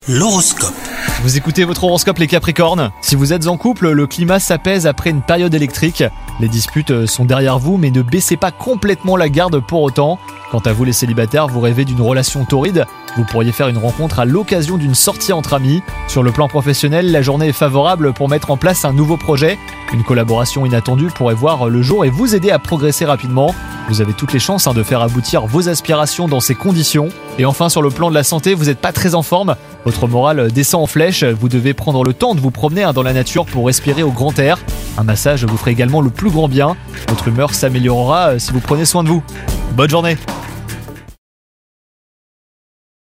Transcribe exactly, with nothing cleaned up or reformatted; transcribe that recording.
L'horoscope. Vous écoutez votre horoscope les Capricornes. Si vous êtes en couple, le climat s'apaise après une période électrique. Les disputes sont derrière vous, mais ne baissez pas complètement la garde pour autant. Quant à vous les célibataires, vous rêvez d'une relation torride. Vous pourriez faire une rencontre à l'occasion d'une sortie entre amis. Sur le plan professionnel, la journée est favorable pour mettre en place un nouveau projet. Une collaboration inattendue pourrait voir le jour et vous aider à progresser rapidement. Vous avez toutes les chances hein, de faire aboutir vos aspirations dans ces conditions. Et enfin, sur le plan de la santé, vous n'êtes pas très en forme. Votre morale descend en flèche. Vous devez prendre le temps de vous promener hein, dans la nature pour respirer au grand air. Un massage vous ferait également le plus grand bien. Votre humeur s'améliorera euh, si vous prenez soin de vous. Bonne journée!